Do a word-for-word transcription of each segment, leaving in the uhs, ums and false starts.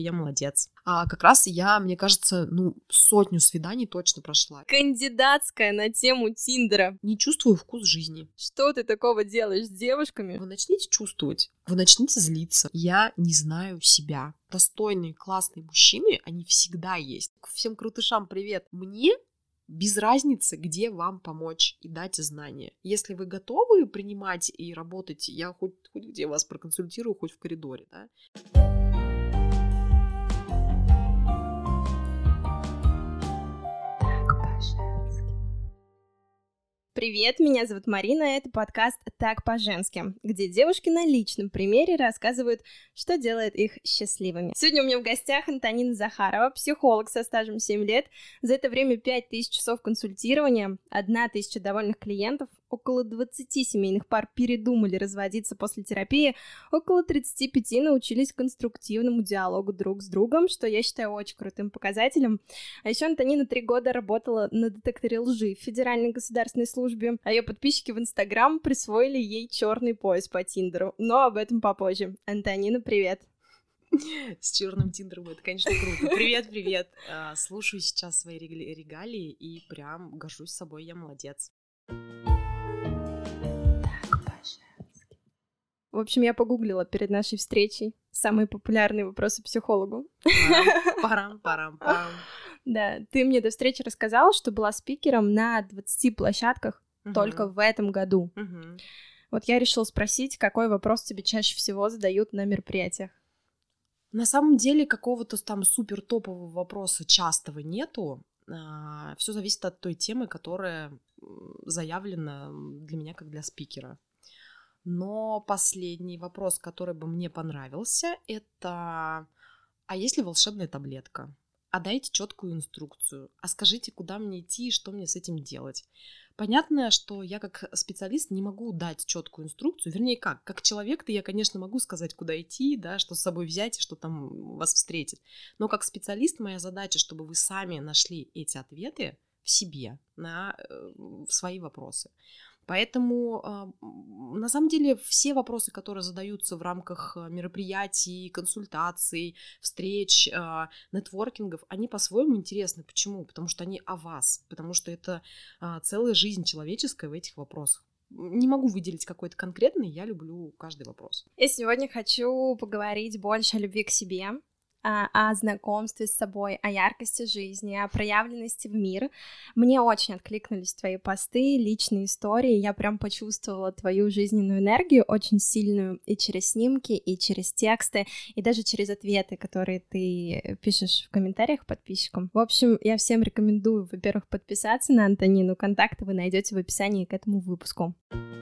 Я молодец. А как раз я, мне кажется, ну, сотню свиданий точно прошла. Кандидатская на тему Тиндера. Не чувствую вкус жизни. Что ты такого делаешь с девушками? Вы начните чувствовать, вы начните злиться. Я не знаю себя. Достойные, классные мужчины, они всегда есть. Всем крутышам привет. Мне без разницы, где вам помочь и дать знания. Если вы готовы принимать и работать, я хоть, хоть где вас проконсультирую, хоть в коридоре, да? Привет, меня зовут Марина, это подкаст «Так по-женски», где девушки на личном примере рассказывают, что делает их счастливыми. Сегодня у меня в гостях Антонина Захарова, психолог со стажем семь лет. За это время пять тысяч часов консультирования, одна тысяча довольных клиентов, около двадцати семейных пар передумали разводиться после терапии, около тридцати пяти научились конструктивному диалогу друг с другом, что я считаю очень крутым показателем. А еще Антонина три года работала на детекторе лжи в Федеральной государственной службе, а ее подписчики в Инстаграм присвоили ей черный пояс по Тиндеру, но об этом попозже. Антонина, привет! С черным Тиндером это, конечно, круто. Привет, привет! Слушаю сейчас свои регалии и прям горжусь собой, я молодец. В общем, я погуглила перед нашей встречей самые популярные вопросы психологу. Парам-парам-парам. Да, ты мне до встречи рассказала, что была спикером на двадцати площадках uh-huh. только в этом году. Uh-huh. Вот я решила спросить, какой вопрос тебе чаще всего задают на мероприятиях? На самом деле какого-то там супер топового вопроса частого нету. Все зависит от той темы, которая заявлена для меня как для спикера. Но последний вопрос, который бы мне понравился, это: а есть ли волшебная таблетка? А дайте четкую инструкцию. А скажите, куда мне идти и что мне с этим делать? Понятно, что я как специалист не могу дать четкую инструкцию. Вернее, как? Как человек-то я, конечно, могу сказать, куда идти, да, что с собой взять и что там вас встретит. Но как специалист моя задача, чтобы вы сами нашли эти ответы в себе на в свои вопросы. Поэтому, на самом деле, все вопросы, которые задаются в рамках мероприятий, консультаций, встреч, нетворкингов, они по-своему интересны. Почему? Потому что они о вас, потому что это целая жизнь человеческая в этих вопросах. Не могу выделить какой-то конкретный, я люблю каждый вопрос. Я сегодня хочу поговорить больше о любви к себе, о знакомстве с собой, о яркости жизни, о проявленности в мир. Мне очень откликнулись твои посты, личные истории. Я прям почувствовала твою жизненную энергию, очень сильную, и через снимки, и через тексты, и даже через ответы, которые ты пишешь в комментариях подписчикам. В общем, я всем рекомендую, во-первых, подписаться на Антонину. Контакты вы найдете в описании к этому выпуску.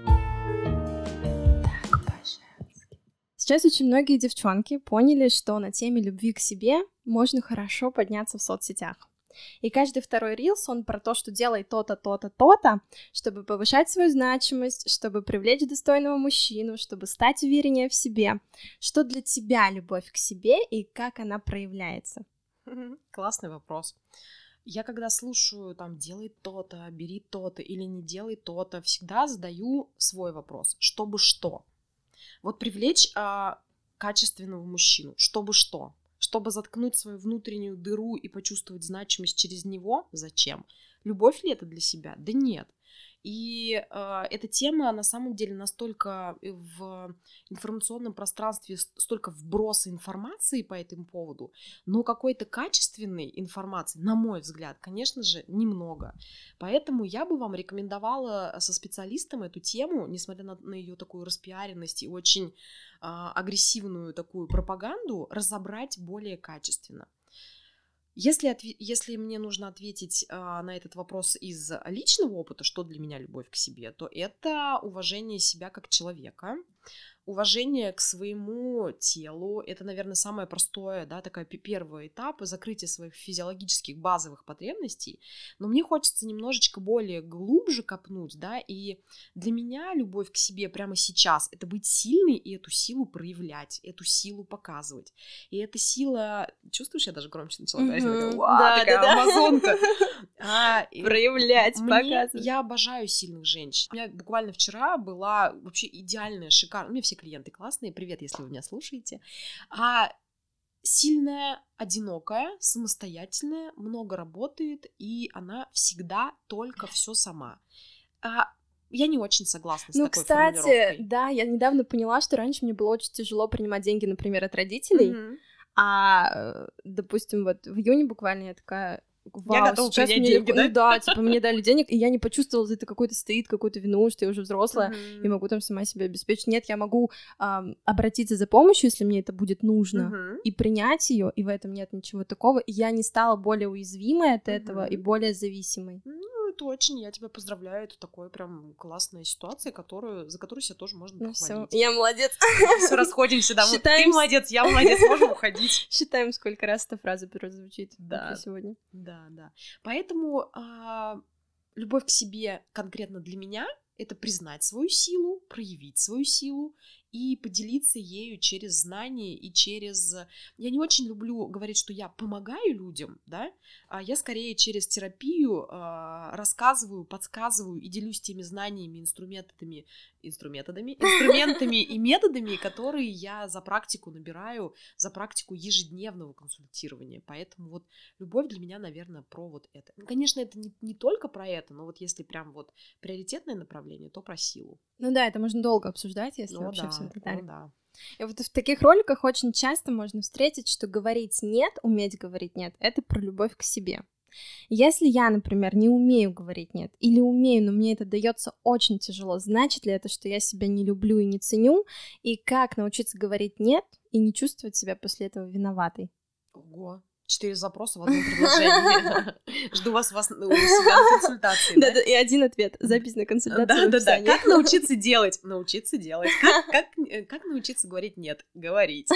Сейчас очень многие девчонки поняли, что на теме любви к себе можно хорошо подняться в соцсетях. И каждый второй рилс, он про то, что делай то-то, то-то, то-то, чтобы повышать свою значимость, чтобы привлечь достойного мужчину, чтобы стать увереннее в себе. Что для тебя любовь к себе и как она проявляется? Классный вопрос. Я когда слушаю, там, делай то-то, бери то-то или не делай то-то, всегда задаю свой вопрос. Чтобы что? Вот привлечь а, качественного мужчину, чтобы что? Чтобы заткнуть свою внутреннюю дыру и почувствовать значимость через него? Зачем? Любовь ли это для себя? Да нет. И э, эта тема на самом деле настолько в информационном пространстве, столько вброса информации по этому поводу, но какой-то качественной информации, на мой взгляд, конечно же, немного. Поэтому я бы вам рекомендовала со специалистом эту тему, несмотря на, на ее такую распиаренность и очень э, агрессивную такую пропаганду, разобрать более качественно. Если, отв... Если мне нужно ответить а, на этот вопрос из личного опыта, что для меня любовь к себе, то это уважение себя как человека, уважение к своему телу. Это, наверное, самое простое, да, такой первый этап закрытия своих физиологических базовых потребностей. Но мне хочется немножечко более глубже копнуть, да, и для меня любовь к себе прямо сейчас — это быть сильной и эту силу проявлять, эту силу показывать. И эта сила... Чувствуешь, я даже громче начала говорить? Mm-hmm. Такая, да, такая да, амазонка. А, проявлять, мне, показывать. Я обожаю сильных женщин. У меня буквально вчера была вообще идеальная, шикарная... У меня все клиенты классные. Привет, если вы меня слушаете. А сильная, одинокая, самостоятельная, много работает, и она всегда только все сама. А я не очень согласна с ну, такой кстати, формулировкой. да, я недавно поняла, что раньше мне было очень тяжело принимать деньги, например, от родителей, Мгм. а, допустим, вот в июне буквально я такая... Вау, Я готова сейчас принять мне... деньги, да? Ну да, типа, мне дали денег, и я не почувствовала за это какой-то стыд, какую-то вину, что я уже взрослая, Мгм. и могу там сама себя обеспечить. Нет, я могу ам, обратиться за помощью, если мне это будет нужно, Мгм. и принять ее, и в этом нет ничего такого, и я не стала более уязвимой от этого и Мгм. более зависимой. Ну, это очень, я тебя поздравляю, это такая прям классная ситуация, которую, за которую себя тоже можно Ну все, похвалить. я молодец. Все, расходимся, да, мы- ты Считаем с- молодец, я молодец, можем уходить. Считаем, сколько раз эта фраза прозвучит Да. для сегодня. Да, да. Поэтому а, любовь к себе конкретно для меня — это признать свою силу, проявить свою силу и поделиться ею через знания и через... Я не очень люблю говорить, что я помогаю людям, да, а я скорее через терапию а, рассказываю, подсказываю и делюсь теми знаниями, инструментами, инструментами, инструментами и методами, которые я за практику набираю, за практику ежедневного консультирования. Поэтому вот любовь для меня, наверное, про вот это. Ну, конечно, это не, не только про это, но вот если прям вот приоритетное направление, то про силу. Ну да, это можно долго обсуждать, если Ну вообще да, все это так. ну да. И вот в таких роликах очень часто можно встретить, что говорить «нет», уметь говорить «нет» — это про любовь к себе. Если я, например, не умею говорить «нет» или умею, но мне это дается очень тяжело, значит ли это, что я себя не люблю и не ценю? И как научиться говорить «нет» и не чувствовать себя после этого виноватой? Ого. Четыре запроса в одном предложении. Жду вас, вас у себя на консультации. Да, да, и один ответ. Запись на консультацию. Да, в да, да. описании. Как научиться делать? Научиться делать. Как, как, э, как научиться говорить нет? Говорить.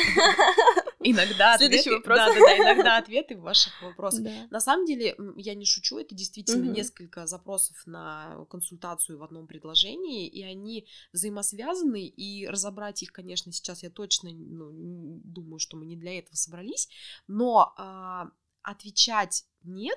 Иногда Следующий ответы, вопрос. да, да, да, иногда ответы в ваших вопросах. Да. На самом деле, м, я не шучу, это действительно Мгм. несколько запросов на консультацию в одном предложении, и они взаимосвязаны, и разобрать их, конечно, сейчас я точно ну, н- думаю, что мы не для этого собрались, но а, отвечать нет,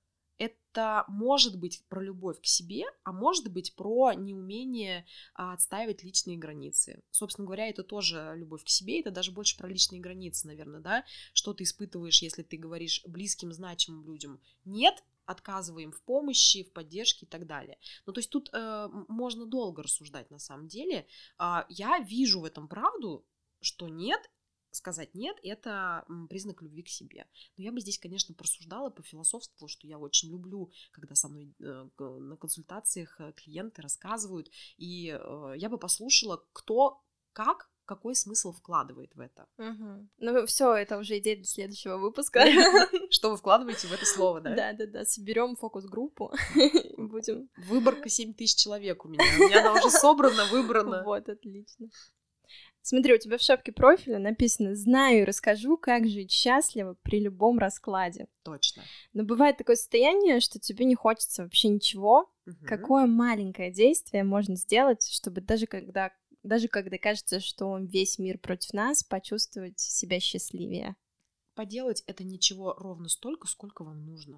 это может быть про любовь к себе, а может быть про неумение а, отстаивать личные границы. Собственно говоря, это тоже любовь к себе, это даже больше про личные границы, наверное, да, что ты испытываешь, если ты говоришь близким, значимым людям нет, отказываем в помощи, в поддержке и так далее. Ну, то есть тут э, м- можно долго рассуждать на самом деле. А, я вижу в этом правду, что нет, сказать нет — это м, признак любви к себе. Но я бы здесь, конечно, просуждала, пофилософствовала, что я очень люблю, когда со мной э, г- на консультациях э, клиенты рассказывают, и э, я бы послушала, кто, как, какой смысл вкладывает в это. Мгм. Ну все, это уже идея для следующего выпуска. Что вы вкладываете в это слово, да? Да, да, да. Соберем фокус-группу и будем. Выборка семь тысяч человек у меня. У меня она уже собрана, выбрана. Вот, отлично. Смотри, у тебя в шапке профиля написано «Знаю и расскажу, как жить счастливо при любом раскладе». Точно. Но бывает такое состояние, что тебе не хочется вообще ничего. Мгм. Какое маленькое действие можно сделать, чтобы даже когда, даже когда кажется, что весь мир против нас, почувствовать себя счастливее? Поделать это ничего ровно столько, сколько вам нужно.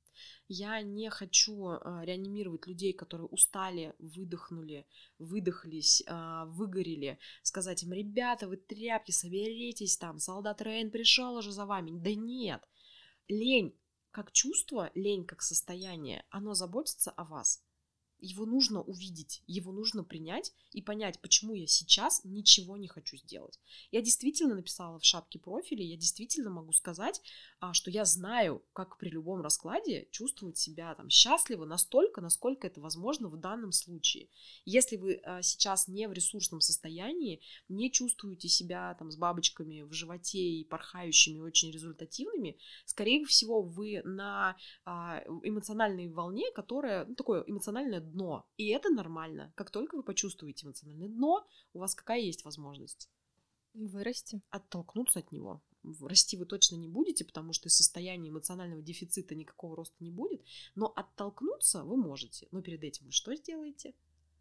Я не хочу а, реанимировать людей, которые устали, выдохнули, выдохлись, а, выгорели, сказать им: ребята, вы тряпки, соберитесь там, солдат Рейн пришел уже за вами. Да нет, лень как чувство, лень как состояние, оно заботится о вас. Его нужно увидеть, его нужно принять и понять, почему я сейчас ничего не хочу сделать. Я действительно написала в шапке профиля, я действительно могу сказать, а, что я знаю, как при любом раскладе чувствовать себя там счастливо настолько, насколько это возможно в данном случае. Если вы а, сейчас не в ресурсном состоянии, не чувствуете себя там с бабочками в животе и порхающими, очень результативными, скорее всего, вы на а, эмоциональной волне, которая, ну, такое эмоциональное дно. И это нормально. Как только вы почувствуете эмоциональное дно, у вас какая есть возможность? Вырасти. Оттолкнуться от него. Расти вы точно не будете, потому что из состояния эмоционального дефицита никакого роста не будет. Но оттолкнуться вы можете. Но перед этим вы что сделаете?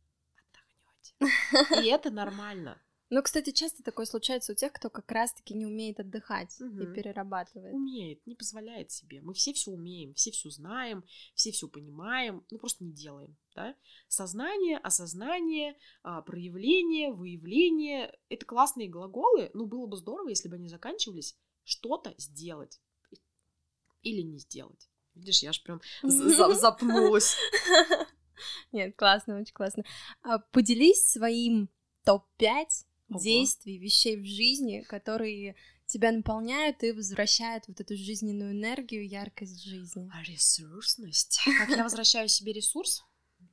Отдохнете. И это нормально. Ну, кстати, часто такое случается у тех, кто как раз-таки не умеет отдыхать Мгм. и перерабатывает. Умеет, не позволяет себе. Мы все все умеем, все все знаем, все все понимаем, ну просто не делаем, да? Сознание, осознание, а, проявление, выявление — это классные глаголы, но было бы здорово, если бы они заканчивались что-то сделать или не сделать. Видишь, я ж прям запнулась. Нет, классно, очень классно. Поделись своим топ пять действий, вещей в жизни, которые тебя наполняют и возвращают вот эту жизненную энергию, яркость жизни. Ресурсность. Как я возвращаю себе ресурс?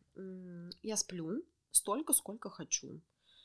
Я сплю столько, сколько хочу.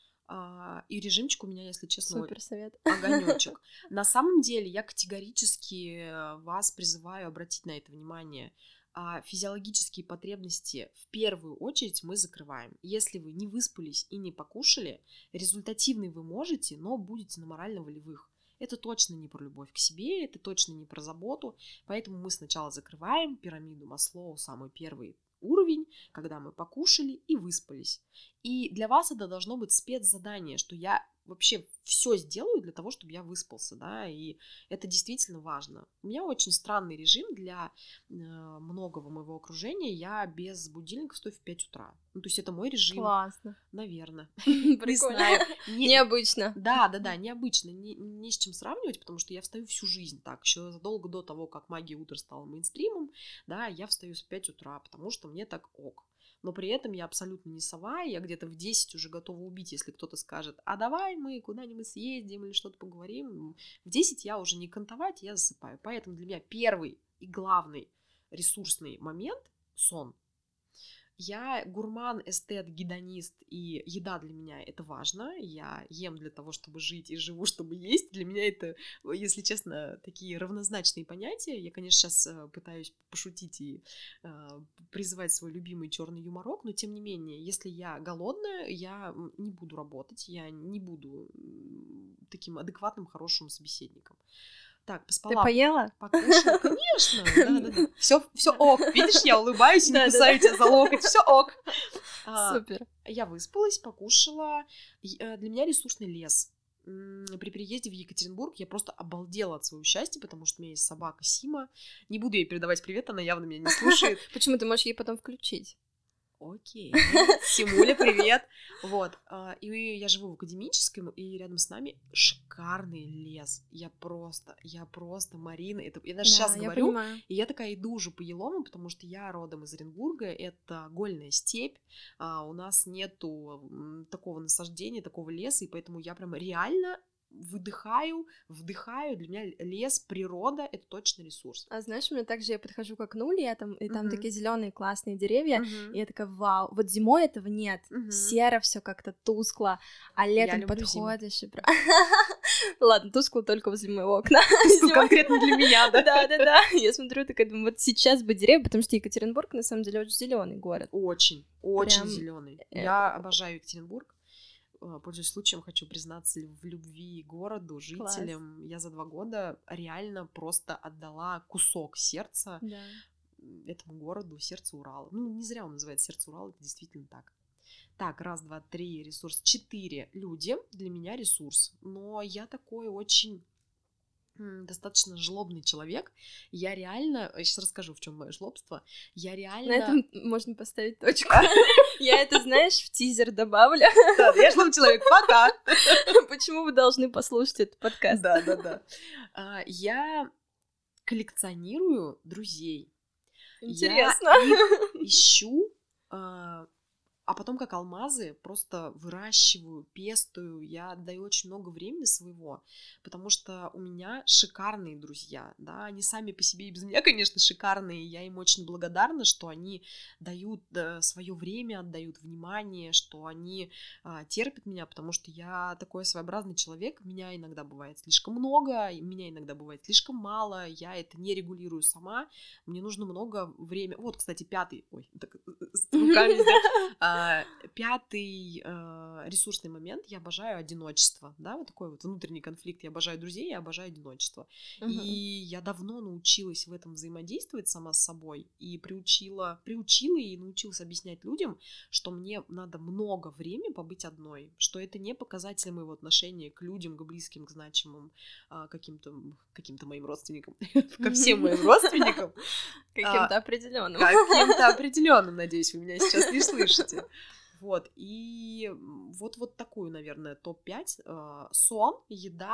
И режимчик у меня, если честно, супер совет. Огонёчек. На самом деле я категорически вас призываю обратить на это внимание. Физиологические потребности в первую очередь мы закрываем. Если вы не выспались и не покушали, результативный вы можете, но будете на морально-волевых. Это точно не про любовь к себе, это точно не про заботу, поэтому мы сначала закрываем пирамиду Маслоу, самый первый уровень, когда мы покушали и выспались. И для вас это должно быть спецзадание, что я вообще все сделаю для того, чтобы я выспался, да, и это действительно важно. У меня очень странный режим для э, многого моего окружения, я без будильника встаю в пять утра. Ну, то есть это мой режим. Классно. Наверное. Прикольно. Необычно. Да, да, да, необычно. Не с чем сравнивать, потому что я встаю всю жизнь так. Еще задолго до того, как магия утра стала мейнстримом, да, я встаю с пяти утра, потому что мне так ок. Но при этом я абсолютно не сова, я где-то в десять уже готова убить, если кто-то скажет, а давай мы куда-нибудь съездим или что-то поговорим. В десять я уже не кантовать, я засыпаю. Поэтому для меня первый и главный ресурсный момент — сон. Я гурман, эстет, гедонист, и еда для меня это важно. Я ем для того, чтобы жить, и живу, чтобы есть. Для меня это, если честно, такие равнозначные понятия. Я, конечно, сейчас пытаюсь пошутить и э, призывать свой любимый черный юморок, но тем не менее, если я голодная, я не буду работать, я не буду таким адекватным, хорошим собеседником. Так, поспала. Ты поела? Покушала. Конечно. Да, да, да. Все, все ок. Видишь, я улыбаюсь и не кусаю тебя за локоть. Все ок. Супер. Я выспалась, покушала. Для меня ресурсный лес. При переезде в Екатеринбург я просто обалдела от своего счастья, потому что у меня есть собака Сима. Не буду ей передавать привет, она явно меня не слушает. Почему? Ты можешь ей потом включить. Окей. Симуля, привет. Вот. И я живу в Академическом, и рядом с нами шикарный лес. Я просто, я просто, Марина, это, я даже да, сейчас я говорю, понимаю. И я такая иду уже по Елому, потому что я родом из Оренбурга, это гольная степь, а у нас нету такого насаждения, такого леса, и поэтому я прям реально выдыхаю, вдыхаю. Для меня лес, природа — это точно ресурс. А знаешь, у меня также я подхожу к окну летом, и там uh-huh. такие зеленые классные деревья, uh-huh. и я такая, вау, вот зимой этого нет, uh-huh. серо все как-то тускло, а летом подходишь и... Ладно, тускло только возле моего окна. Конкретно для меня, да? Да-да-да, я смотрю, такая думаю, вот сейчас бы деревья, потому что Екатеринбург на самом деле очень зеленый город. Очень, очень зеленый. Я обожаю Екатеринбург. Пользуясь случаем, хочу признаться в любви городу, жителям. Класс. Я за два года реально просто отдала кусок сердца да. этому городу, сердце Урала. Ну, не зря он называется сердце Урала, это действительно так. Так, раз, два, три, ресурс. Четыре. Люди для меня ресурс. Но я такой очень... достаточно жлобный человек. Я реально... Я сейчас расскажу, в чем мое жлобство. Я реально... На этом можно поставить точку. Я это, знаешь, в тизер добавлю. Да, я жлобный человек. Пока! Почему вы должны послушать этот подкаст? Да, да, да. Я коллекционирую друзей. Интересно. Я их ищу... А потом, как алмазы, просто выращиваю, пестую. Я отдаю очень много времени своего, потому что у меня шикарные друзья, да, они сами по себе и без меня, конечно, шикарные. Я им очень благодарна, что они дают да, свое время, отдают внимание, что они а, терпят меня, потому что я такой своеобразный человек. Меня иногда бывает слишком много, меня иногда бывает слишком мало. Я это не регулирую сама. Мне нужно много времени. Вот, кстати, пятый... Ой, так, с руками здесь. Пятый э, ресурсный момент. Я обожаю одиночество, да, вот такой вот внутренний конфликт. Я обожаю друзей, я обожаю одиночество. Uh-huh. И я давно научилась в этом взаимодействовать сама с собой и приучила, приучила и научилась объяснять людям, что мне надо много времени побыть одной, что это не показатель моего отношения к людям, к близким, к значимым, э, каким-то, каким-то моим родственникам, ко всем моим родственникам. Каким-то определенным. Каким-то определенным, надеюсь, вы меня сейчас не слышите. Вот, и вот, вот такую, наверное, топ пять. Сон, еда,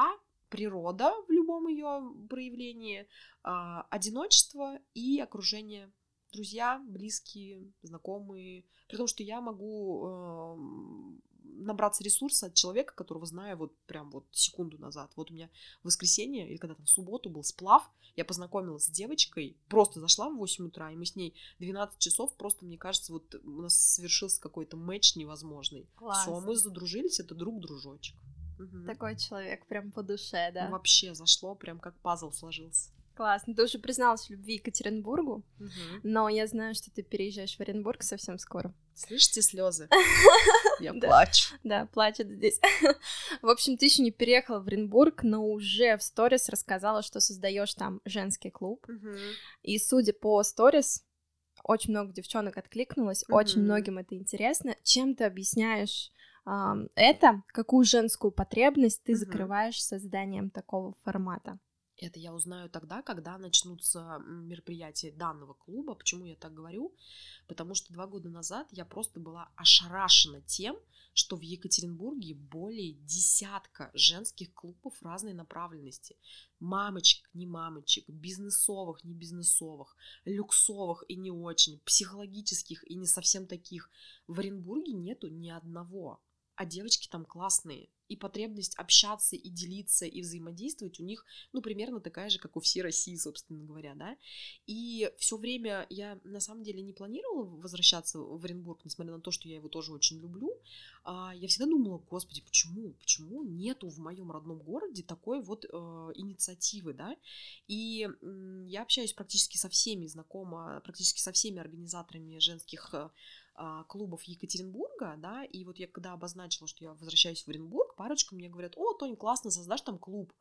природа в любом ее проявлении, а, одиночество и окружение. Друзья, близкие, знакомые. При том, что я могу э, набраться ресурса от человека, которого знаю вот прям вот секунду назад. Вот у меня в воскресенье, или когда там в субботу был сплав, я познакомилась с девочкой, просто зашла в восемь утра, и мы с ней двенадцать часов, просто, мне кажется, вот у нас совершился какой-то матч невозможный. Все, мы задружились, это друг-дружочек. Угу. Такой человек прям по душе, да? Вообще зашло, прям как пазл сложился. Классно. Ты уже призналась в любви к Екатеринбургу, угу. но я знаю, что ты переезжаешь в Оренбург совсем скоро. Слышите слезы? Я плачу. Да, плачет здесь. В общем, ты еще не переехала в Оренбург, но уже в сторис рассказала, что создаешь там женский клуб. И судя по сторис, очень много девчонок откликнулось, очень многим это интересно. Чем ты объясняешь это? Какую женскую потребность ты закрываешь созданием такого формата? Это я узнаю тогда, когда начнутся мероприятия данного клуба. Почему я так говорю? Потому что два года назад я просто была ошарашена тем, что в Екатеринбурге более десятка женских клубов разной направленности. Мамочек, не мамочек, бизнесовых, не бизнесовых, люксовых и не очень, психологических и не совсем таких. В Оренбурге нету ни одного. А девочки там классные, и потребность общаться, и делиться, и взаимодействовать у них, ну, примерно такая же, как у всей России, собственно говоря, да, и все время я, на самом деле, не планировала возвращаться в Оренбург, несмотря на то, что я его тоже очень люблю, я всегда думала, господи, почему, почему нету в моем родном городе такой вот э, инициативы, да, и э, я общаюсь практически со всеми, знакома практически со всеми организаторами женских клубов Екатеринбурга, да, и вот я когда обозначила, что я возвращаюсь в Оренбург, парочка мне говорят: о, Тонь, классно, создашь там клуб.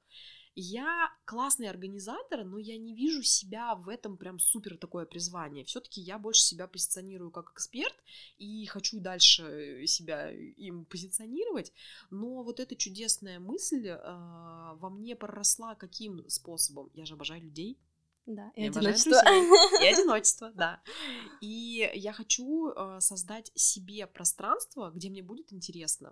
Я классный организатор, но я не вижу себя в этом прям супер такое призвание. Все-таки я больше себя позиционирую как эксперт и хочу и дальше себя им позиционировать, но вот эта чудесная мысль э, во мне проросла каким способом? Я же обожаю людей. Да, и я одиночество. И одиночество, да. И я хочу э, создать себе пространство, где мне будет интересно.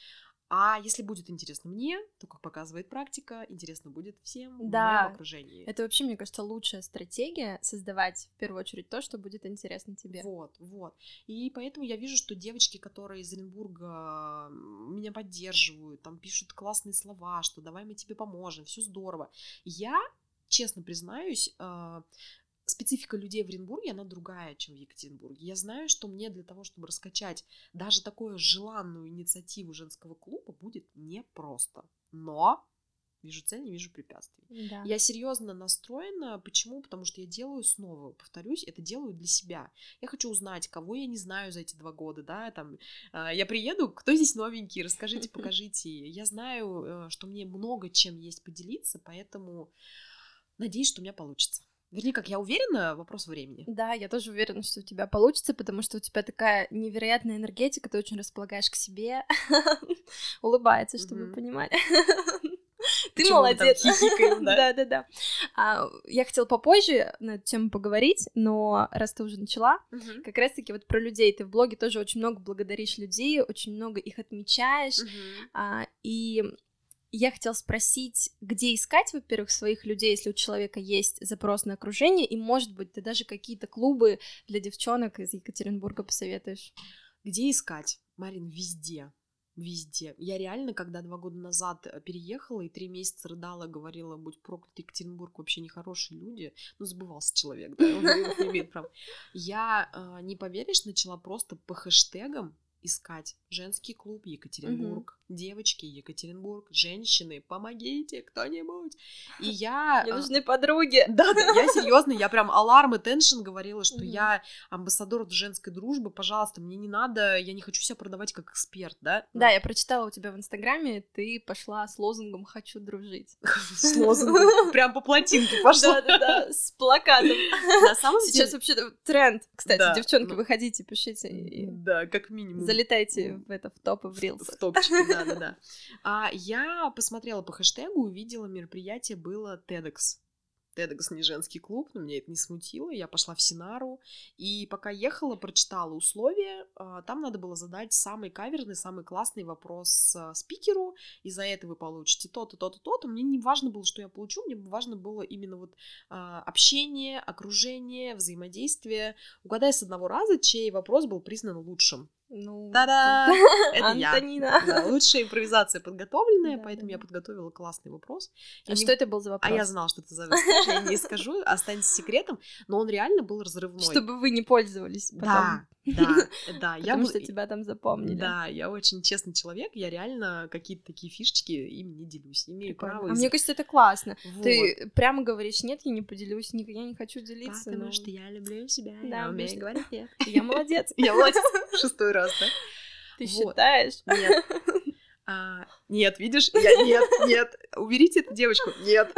А если будет интересно мне, то, как показывает практика, интересно будет всем да, в моем окружении. Это вообще, мне кажется, лучшая стратегия — создавать в первую очередь то, что будет интересно тебе. Вот, вот. И поэтому я вижу, что девочки, которые из Оренбурга меня поддерживают, там пишут классные слова, что давай мы тебе поможем, все здорово. Я, честно признаюсь, специфика людей в Оренбурге, она другая, чем в Екатеринбурге. Я знаю, что мне для того, чтобы раскачать даже такую желанную инициативу женского клуба, будет непросто. Но вижу цель, не вижу препятствий. Да. Я серьезно настроена. Почему? Потому что я делаю снова, повторюсь, это делаю для себя. Я хочу узнать, кого я не знаю за эти два года, да, там, э, я приеду, кто здесь новенький, расскажите, покажите. Я знаю, э, что мне много чем есть поделиться, поэтому надеюсь, что у меня получится. Вернее, как я уверена, вопрос времени. Да, я тоже уверена, что у тебя получится, потому что у тебя такая невероятная энергетика, ты очень располагаешь к себе, улыбается, чтобы вы понимали. Ты молодец. Да-да-да. Я хотела попозже на эту тему поговорить, но раз ты уже начала, как раз-таки вот про людей. Ты в блоге тоже очень много благодаришь людей, очень много их отмечаешь, и я хотела спросить, где искать, во-первых, своих людей, если у человека есть запрос на окружение, и, может быть, ты даже какие-то клубы для девчонок из Екатеринбурга посоветуешь? Где искать? Марин, везде. Везде. Я реально, когда два года назад переехала и три месяца рыдала, говорила, будь проклят Екатеринбург, вообще нехорошие люди, ну, забывался человек, да, он не имеет права. Я, не поверишь, начала просто по хэштегам искать женский клуб Екатеринбург, uh-huh. девочки Екатеринбург, женщины, помогите, кто-нибудь. И я... Мне нужны подруги. Да, да, я серьезно, я прям аларм и теншн говорила, что uh-huh. я амбассадор женской дружбы, пожалуйста, мне не надо, я не хочу себя продавать как эксперт, да? Да, я прочитала у тебя в Инстаграме, ты пошла с лозунгом «Хочу дружить». С лозунгом, прям по плотинке пошла. Да-да-да, с плакатом. На самом деле... Сейчас вообще тренд, кстати, девчонки, выходите, пишите. Да, как минимум. Залетайте в это, в топы, в рилс. В топчики, да-да-да. А я посмотрела по хэштегу, увидела мероприятие, было TEDx. Тедекс не женский клуб, но меня это не смутило. Я пошла в Синару, и пока ехала, прочитала условия. Там надо было задать самый каверный, самый классный вопрос спикеру, и за это вы получите то-то, то-то, то-то. Мне не важно было, что я получу, мне важно было именно вот общение, окружение, взаимодействие. Угадай с одного раза, чей вопрос был признан лучшим. Ну, Та-да! Это Антонина. я. Да, лучшая импровизация подготовленная, Да, поэтому да, я да. подготовила классный вопрос. А Я что не- это был за А вопрос? я знала, что это за вопрос, я не скажу, останется секретом, но он реально был разрывной. Чтобы вы не пользовались потом. Да, да, да. я Потому бу- что тебя там запомнили. Да, я очень честный человек, я реально какие-то такие фишечки им не делюсь, имею Прикольно. право. А из- мне кажется, это классно. Вот. Ты прямо говоришь, нет, я не поделюсь, ни- я не хочу делиться. Потому но что я люблю себя, Да, я потому умею что- говорить нет. Я молодец. Я молодец. Шестой раз, да? Ты Вот. считаешь? Нет. А, нет, видишь? Я нет, нет. Уберите эту девочку. Нет.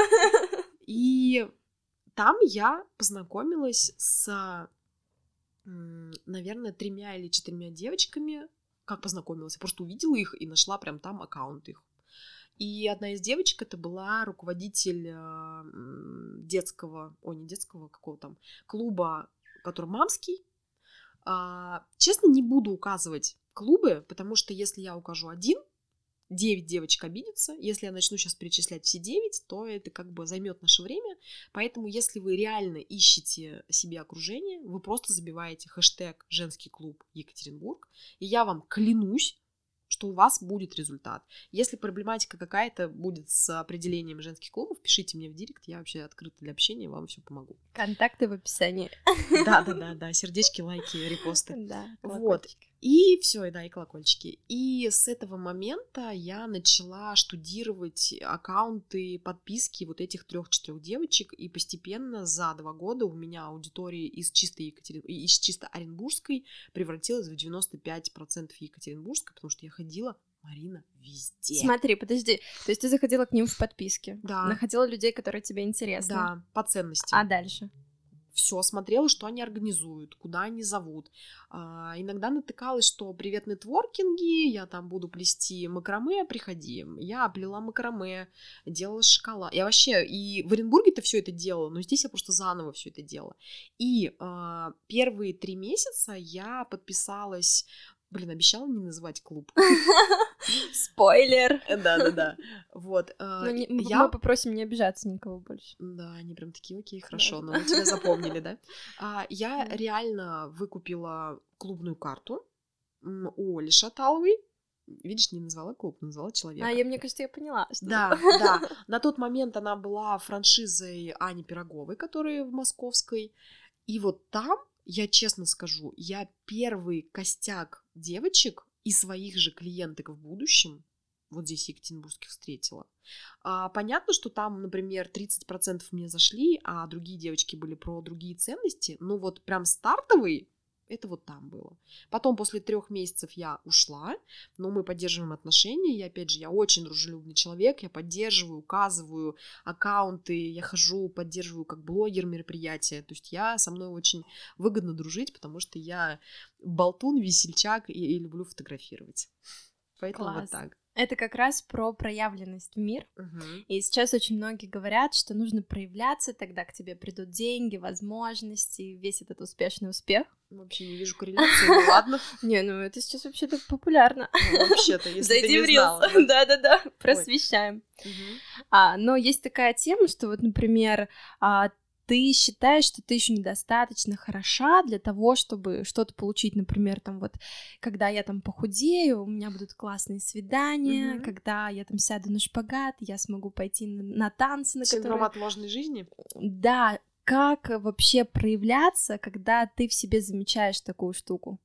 И там я познакомилась с, м, наверное, тремя или четырьмя девочками. Как познакомилась? Я просто увидела их и нашла прям там аккаунт их. И одна из девочек это была руководитель э, м, детского, ой, не детского, какого там, клуба, который мамский. А, честно, не буду указывать клубы, потому что если я укажу один, девять девочек обидятся. Если я начну сейчас перечислять все девять, то это как бы займет наше время. Поэтому, если вы реально ищете себе окружение, вы просто забиваете хэштег «Женский клуб Екатеринбург», и я вам клянусь, что у вас будет результат. Если проблематика какая-то будет с определением женских клубов, пишите мне в директ, я вообще открыта для общения, вам все помогу. Контакты в описании. Да-да-да, сердечки, лайки, репосты. Да, Вот. колокольчики. И все, да, и колокольчики. И с этого момента я начала штудировать аккаунты, подписки вот этих трех-четырех девочек, и постепенно за два года у меня аудитория из чисто, Екатерин... из чисто Оренбургской превратилась в девяносто пять процентов Екатеринбургской, потому что я ходила, Марина, везде. Смотри, подожди. То есть ты заходила к ним в подписки? Да. Находила людей, которые тебе интересны? Да, по ценности. А дальше? Все смотрела, что они организуют, куда они зовут. А, иногда натыкалась, что привет, нетворкинги, я там буду плести макраме, приходи. Я плела макраме, делала шоколад. Я вообще и в Оренбурге-то все это делала, но здесь я просто заново все это делала. И а, первые три месяца я подписалась... Блин, обещала не называть клуб. Спойлер. Да-да-да. Вот. Ну, не- мы Я... мы попросим не обижаться никого больше. Да, они прям такие, окей, хорошо, Да. но мы тебя запомнили, да? А, я Да. реально выкупила клубную карту м, у Оли Шаталовой. Видишь, не назвала клуб, назвала человека. А, я, мне кажется, я поняла. Что Да, да. На тот момент она была франшизой Ани Пироговой, которая в Московской. И вот там, я честно скажу, я первый костяк девочек и своих же клиенток в будущем вот здесь в Екатеринбурге встретила. А, понятно, что там, например, тридцать процентов мне зашли, а другие девочки были про другие ценности, но вот прям стартовый это вот там было. Потом после трех месяцев я ушла, но мы поддерживаем отношения. И опять же, я очень дружелюбный человек, я поддерживаю, указываю аккаунты, я хожу, поддерживаю как блогер мероприятия. То есть я со мной очень выгодно дружить, потому что я болтун, весельчак и, и люблю фотографировать. Поэтому Класс. вот так. Это как раз про проявленность в мир. Мгм. И сейчас очень многие говорят, что нужно проявляться, тогда к тебе придут деньги, возможности, весь этот успешный успех. Вообще не вижу корреляции, ну ладно. Не, ну это сейчас вообще-то популярно. Ну, вообще-то, если ты Зайди в не знала. Reels. Да-да-да, просвещаем. Мгм. А, но есть такая тема, что вот, например, а, ты считаешь, что ты еще недостаточно хороша для того, чтобы что-то получить, например, там вот, когда я там похудею, у меня будут классные свидания, Мгм. когда я там сяду на шпагат, я смогу пойти на, на танцы, на Синдром которые... отложенной жизни? Да, как вообще проявляться, когда ты в себе замечаешь такую штуку?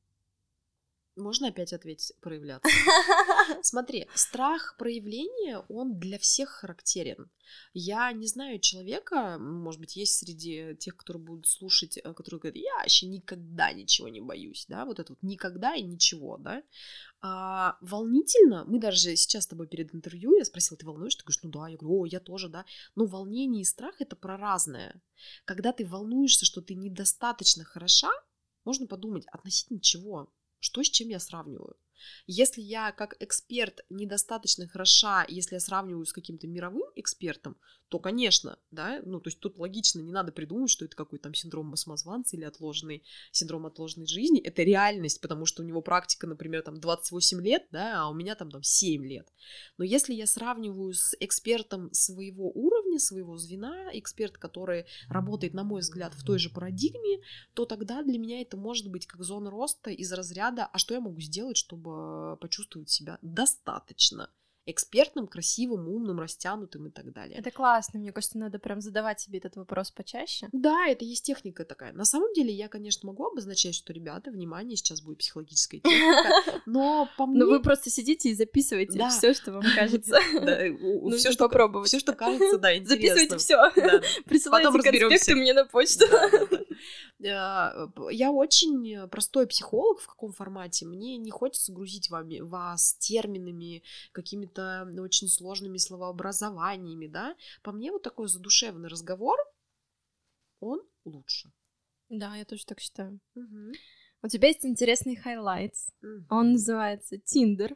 Можно опять ответить проявляться? Смотри, страх проявления, он для всех характерен. Я не знаю человека, может быть, есть среди тех, которые будут слушать, э, которые говорят, я вообще никогда ничего не боюсь, да, вот это вот никогда и ничего, да. А, волнительно, мы даже сейчас с тобой перед интервью, я спросила, ты волнуешься? Ты говоришь, ну да, я говорю, о, я тоже, да. Но волнение и страх — это про разное. Когда ты волнуешься, что ты недостаточно хороша, можно подумать, относительно чего? Что с чем я сравниваю? Если я как эксперт недостаточно хороша, если я сравниваю с каким-то мировым экспертом, то, конечно, да, ну, то есть тут логично, не надо придумывать, что это какой-то там синдром самозванца или отложенный синдром отложенной жизни, это реальность, потому что у него практика, например, там двадцать восемь лет, да, а у меня там, там семь лет. Но если я сравниваю с экспертом своего уровня, своего звена, эксперт, который работает, на мой взгляд, в той же парадигме, то тогда для меня это может быть как зона роста из разряда, а что я могу сделать, чтобы почувствовать себя достаточно экспертным, красивым, умным, растянутым и так далее. Это классно, мне кажется, надо прям задавать себе этот вопрос почаще. Да, это есть техника такая. На самом деле я, конечно, могу обозначать, что, ребята, внимание, сейчас будет психологическая техника, но по мне... Но вы просто сидите и записываете Да. все, что вам кажется. Нужно Нужно попробовать. Все, что кажется, да, интересным. Записывайте все. Присылайте конспекты мне на почту. Я очень простой психолог, в каком формате. Мне не хочется грузить вами, вас терминами, какими-то очень сложными словообразованиями, да. По мне вот такой задушевный разговор, он лучше. Да, я тоже так считаю. Угу. У тебя есть интересный хайлайтс. Mm-hmm. Он называется Tinder.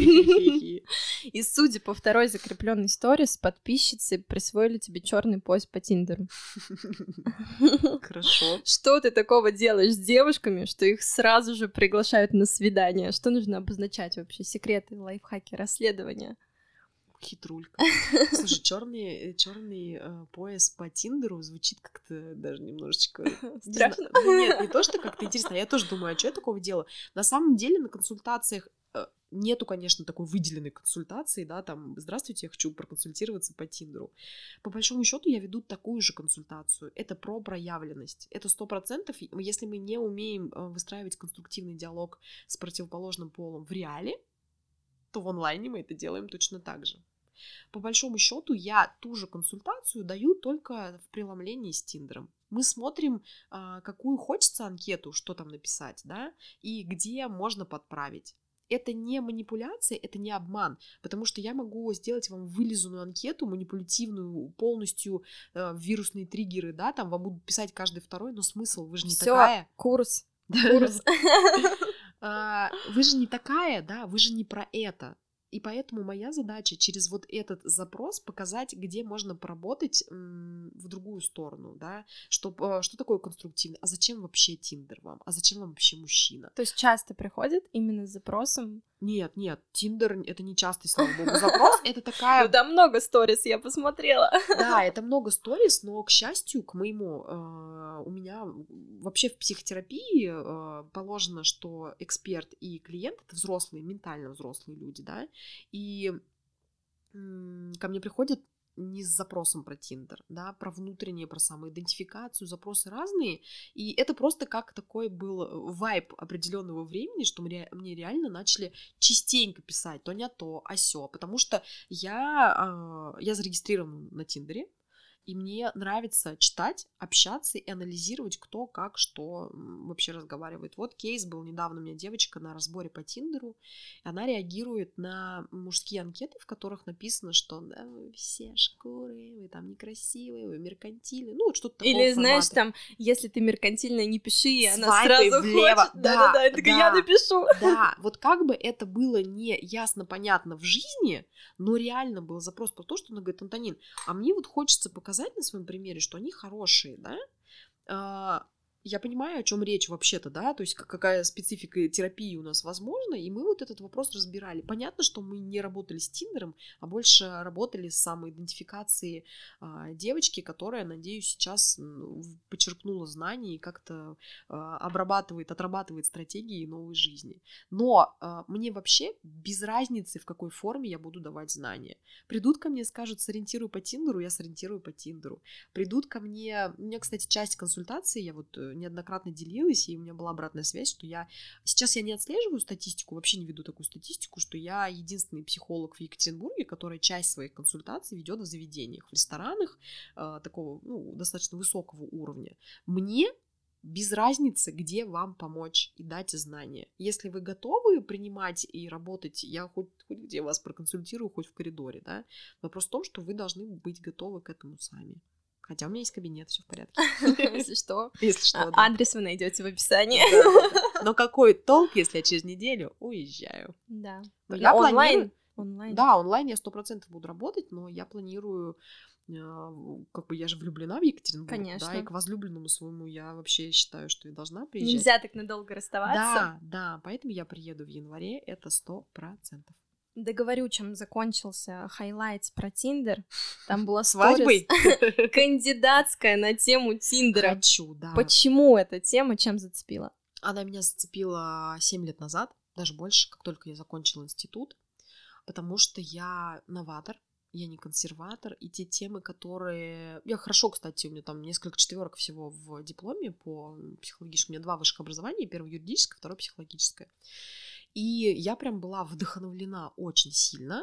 И судя по второй закрепленной сторис, подписчицы присвоили тебе черный пояс по Тиндеру. Хорошо. Что ты такого делаешь с девушками, что их сразу же приглашают на свидание? Что нужно обозначать вообще? Секреты, лайфхаки, расследования? Хитрулька. Слушай, черный, черный э, пояс по Тиндеру звучит как-то даже немножечко... Страшно? Не ну, нет, не то, что как-то интересно. Я тоже думаю, а что я такого делаю? На самом деле на консультациях э, нету, конечно, такой выделенной консультации, да, там, здравствуйте, я хочу проконсультироваться по Тиндеру. По большому счету я веду такую же консультацию. Это про проявленность. Это сто процентов, если мы не умеем выстраивать конструктивный диалог с противоположным полом в реале, то в онлайне мы это делаем точно так же. По большому счету я ту же консультацию даю только в преломлении с Тиндером. Мы смотрим, какую хочется анкету, что там написать, да, и где можно подправить. Это не манипуляция, это не обман, потому что я могу сделать вам вылизанную анкету, манипулятивную, полностью э, вирусные триггеры, да, там вам будут писать каждый второй, но смысл, вы же не Всё, такая. Курс, курс. Вы же не такая, да, вы же не про это. И поэтому моя задача через вот этот запрос показать, где можно поработать м, в другую сторону, да, что, что такое конструктивно, а зачем вообще Тиндер вам, а зачем вам вообще мужчина. То есть часто приходят именно с запросом? Нет, нет, Тиндер это не частый, слава богу, запрос, это такая... Ну там много сторис, я посмотрела. Да, это много сторис, но, к счастью, к моему, э, у меня вообще в психотерапии э, положено, что эксперт и клиент — это взрослые, ментально взрослые люди, да, и м, ко мне приходят не с запросом про Тиндер, да, про внутреннее, про самоидентификацию, запросы разные, и это просто как такой был вайб определенного времени, что мне, мне реально начали частенько писать то не то, а сё, потому что я, э, я зарегистрирована на Тиндере, и мне нравится читать, общаться и анализировать, кто, как, что вообще разговаривает. Вот кейс был недавно, у меня девочка на разборе по Тиндеру, и она реагирует на мужские анкеты, в которых написано, что да, вы все шкуры, вы там некрасивые, вы меркантильные, ну вот что-то такого Или, формата. знаешь, там, если ты меркантильная, не пиши, и она Свайпай сразу влево. хочет. Да, Да-да-да, я такая, да, я напишу. Да, вот как бы это было не ясно понятно в жизни, но реально был запрос про то, что она говорит: Антонин, а мне вот хочется показать на своем примере, что они хорошие, да, я понимаю, о чем речь вообще-то, да, то есть какая специфика терапии у нас возможна, и мы вот этот вопрос разбирали. Понятно, что мы не работали с Тиндером, а больше работали с самоидентификацией а, девочки, которая, надеюсь, сейчас почерпнула знаний и как-то а, обрабатывает, отрабатывает стратегии новой жизни. Но а, мне вообще без разницы, в какой форме я буду давать знания. Придут ко мне, скажут, сориентируй по Тиндеру, я сориентирую по Тиндеру. Придут ко мне, у меня, кстати, часть консультации, я вот неоднократно делилась, и у меня была обратная связь, что я... Сейчас я не отслеживаю статистику, вообще не веду такую статистику, что я единственный психолог в Екатеринбурге, который часть своих консультаций ведет в заведениях, в ресторанах э, такого, ну, достаточно высокого уровня. Мне без разницы, где вам помочь и дать знания. Если вы готовы принимать и работать, я хоть, хоть где вас проконсультирую, хоть в коридоре, да, вопрос в том, что вы должны быть готовы к этому сами. Хотя у меня есть кабинет, все в порядке. Если что, Если что, адрес вы найдете в описании. Но какой толк, если я через неделю уезжаю? Да. Я онлайн. Онлайн. Да, онлайн я сто процентов буду работать, но я планирую, как бы я же влюблена в Екатеринбург, Конечно. Да, и к возлюбленному своему я вообще считаю, что я должна приезжать. Нельзя так надолго расставаться. Да, да, поэтому я приеду в январе, это сто процентов. Да говорю, чем закончился хайлайт про Тиндер. Там была свадьбой кандидатская на тему Тиндера. Хочу, да. Почему эта тема, чем зацепила? Она меня зацепила семь лет назад, даже больше, как только я закончила институт, потому что я новатор, я не консерватор, и те темы, которые... Я хорошо, кстати, у меня там несколько четверок всего в дипломе по психологическому. У меня два высших образования, первое юридическое, второе психологическое. И я прям была вдохновлена очень сильно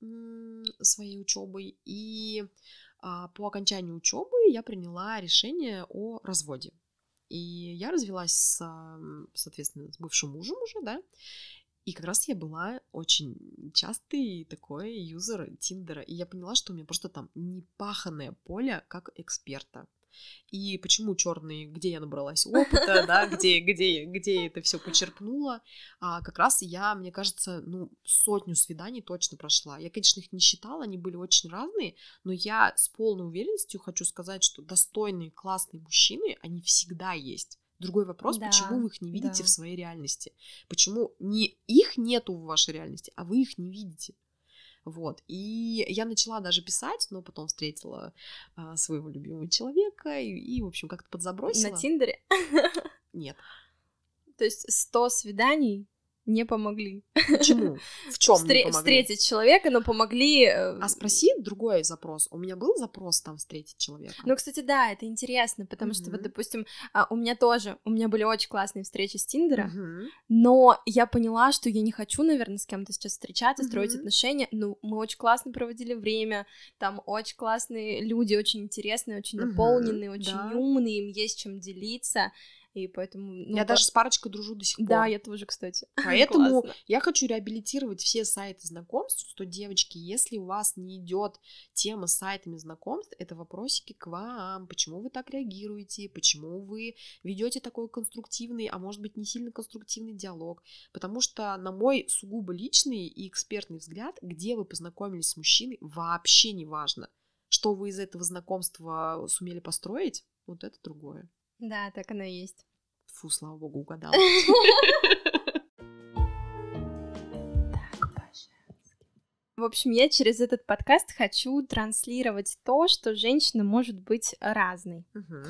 своей учебой, и а, по окончанию учебы я приняла решение о разводе. И я развелась с, соответственно, с бывшим мужем уже, да, и как раз я была очень частый такой юзер Тиндера, и я поняла, что у меня просто там непаханное поле как эксперта. И почему черный, где я набралась опыта, да, где, где, где я это все почерпнула, а, как раз я, мне кажется, ну, сотню свиданий точно прошла. Я, конечно, их не считала, они были очень разные, но я с полной уверенностью хочу сказать, что достойные, классные мужчины, они всегда есть. Другой вопрос, да, почему вы их не видите, да, в своей реальности? Почему не их нету в вашей реальности, а вы их не видите? Вот, и я начала даже писать, но потом встретила а, своего любимого человека и, и, в общем, как-то подзабросила. На Тиндере? Нет. То есть сто свиданий не помогли. Почему? В чем Встр- не помогли? Встретить человека, но помогли... А спроси другой запрос. У меня был запрос там встретить человека? Ну, кстати, да, это интересно, потому mm-hmm. что, вот, допустим, у меня тоже, у меня были очень классные встречи с Тиндера, mm-hmm. но я поняла, что я не хочу, наверное, с кем-то сейчас встречаться, mm-hmm. строить отношения. Ну, мы очень классно проводили время, там очень классные люди, очень интересные, очень mm-hmm. наполненные, очень да. умные, им есть чем делиться. И поэтому... Ну, я по... даже с парочкой дружу до сих пор. Да, я тоже, кстати. Поэтому я хочу реабилитировать все сайты знакомств, что, девочки, если у вас не идет тема с сайтами знакомств, это вопросики к вам. Почему вы так реагируете? Почему вы ведете такой конструктивный, а может быть, не сильно конструктивный диалог? Потому что, на мой сугубо личный и экспертный взгляд, где вы познакомились с мужчиной, вообще не важно. Что вы из этого знакомства сумели построить, вот это другое. Да, так оно и есть. Фу, слава богу, угадала. В общем, я через этот подкаст хочу транслировать то, что женщина может быть разной.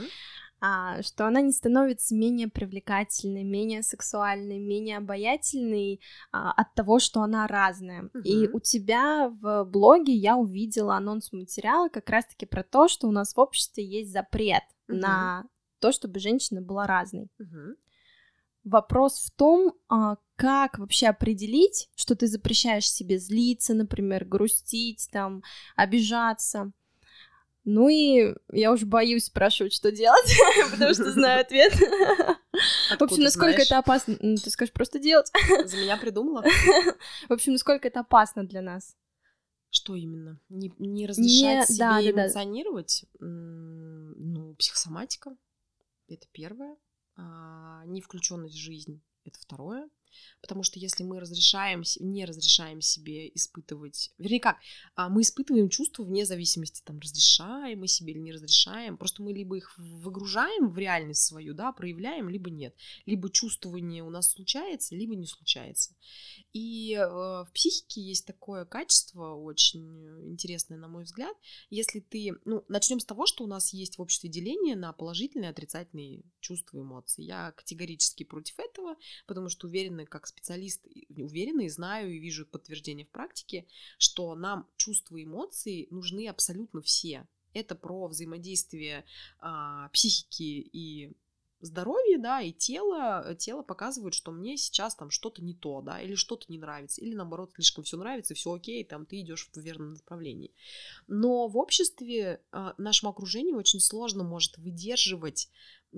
А, что она не становится менее привлекательной, менее сексуальной, менее обаятельной а, от того, что она разная. Uh-huh. И у тебя в блоге я увидела анонс материала как раз-таки про то, что у нас в обществе есть запрет uh-huh. на то, чтобы женщина была разной. Uh-huh. Вопрос в том, как вообще определить, что ты запрещаешь себе злиться, например, грустить, там, обижаться. Ну и я уже боюсь спрашивать, что делать, потому что знаю ответ. В общем, насколько это опасно? Ты скажешь, просто делать. За меня придумала? В общем, насколько это опасно для нас? Что именно? Не, не разрешать не, себе да, эмоционировать? Да, да. Ну, психосоматика. Это первое. А, невключенность в жизнь. Это второе. Потому что если мы разрешаем, не разрешаем себе испытывать... Вернее, как? Мы испытываем чувства вне зависимости, там, разрешаем мы себе или не разрешаем. Просто мы либо их выгружаем в реальность свою, да, проявляем, либо нет. Либо чувствование у нас случается, либо не случается. И э, в психике есть такое качество, очень интересное, на мой взгляд. Если ты... Ну, начнем с того, что у нас есть в обществе деление на положительные и отрицательные чувства и эмоции. Я категорически против этого, потому что уверена, как специалист, уверена и знаю, и вижу подтверждение в практике, что нам чувства и эмоции нужны абсолютно все. Это про взаимодействие а, психики и здоровья, да, и тела. Тело показывает, что мне сейчас там что-то не то, да, или что-то не нравится, или наоборот, слишком все нравится, все окей, там ты идешь в верном направлении. Но в обществе, а, нашему окружению очень сложно может выдерживать